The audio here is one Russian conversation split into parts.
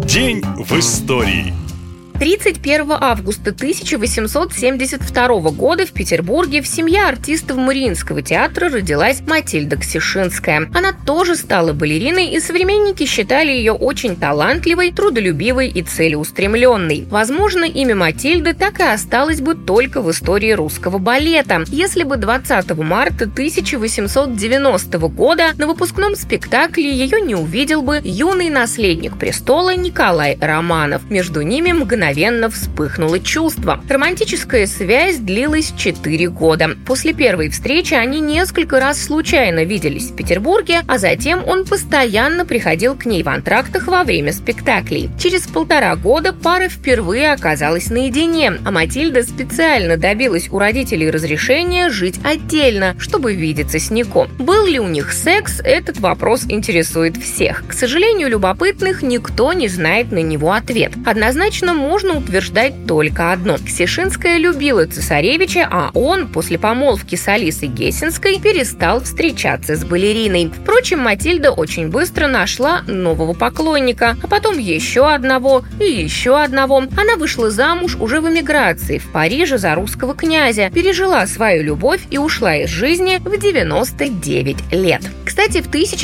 День в истории. 31 августа 1872 года в Петербурге в семье артистов Мариинского театра родилась Матильда Ксишинская. Она тоже стала балериной, и современники считали ее очень талантливой, трудолюбивой и целеустремленной. Возможно, имя Матильды так и осталось бы только в истории русского балета, если бы 20 марта 1890 года на выпускном спектакле ее не увидел бы юный наследник престола Николай Романов. Между ними мгновенно вспыхнуло чувство. Романтическая связь длилась 4 года. После первой встречи они несколько раз случайно виделись в Петербурге, а затем он постоянно приходил к ней в антрактах во время спектаклей. Через 1,5 года пара впервые оказалась наедине, а Матильда специально добилась у родителей разрешения жить отдельно, чтобы видеться с Нико. Был ли у них секс, этот вопрос интересует всех. К сожалению, любопытных никто не знает на него ответ. Однозначно можно утверждать только одно. Ксишинская любила цесаревича, а он после помолвки с Алисой Гессенской перестал встречаться с балериной. Впрочем, Матильда очень быстро нашла нового поклонника, а потом еще одного и еще одного. Она вышла замуж уже в эмиграции в Париже за русского князя, пережила свою любовь и ушла из жизни в 99 лет. Кстати, в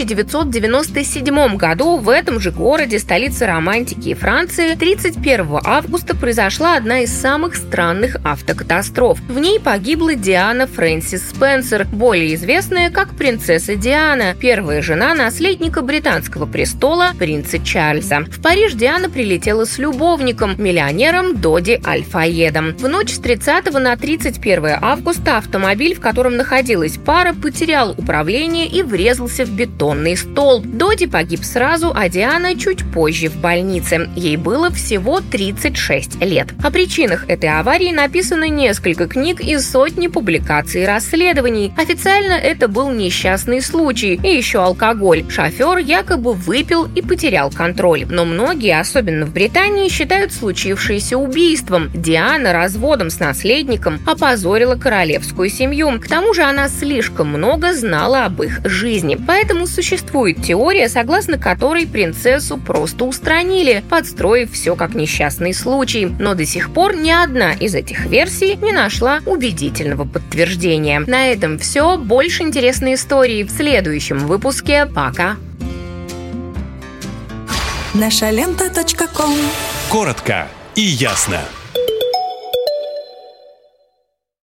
1997 году в этом же городе, столице романтики и Франции, 31 августа произошла одна из самых странных автокатастроф. В ней погибла Диана Фрэнсис Спенсер, более известная как принцесса Диана, первая жена наследника британского престола принца Чарльза. В Париж Диана прилетела с любовником, миллионером Доди Аль-Фаедом. В ночь с 30 на 31 августа автомобиль, в котором находилась пара, потерял управление и врезался в бетонный столб. Доди погиб сразу, а Диана чуть позже в больнице. Ей было всего 36 лет. О причинах этой аварии написано несколько книг и сотни публикаций и расследований. Официально это был несчастный случай и еще алкоголь. Шофер якобы выпил и потерял контроль. Но многие, особенно в Британии, считают случившееся убийством. Диана разводом с наследником опозорила королевскую семью. К тому же она слишком много знала об их жизни. Поэтому существует теория, согласно которой принцессу просто устранили, подстроив все как несчастный случай. Но до сих пор ни одна из этих версий не нашла убедительного подтверждения. На этом все. Больше интересной истории в следующем выпуске. Пока! Нашалента.ком. Коротко и ясно.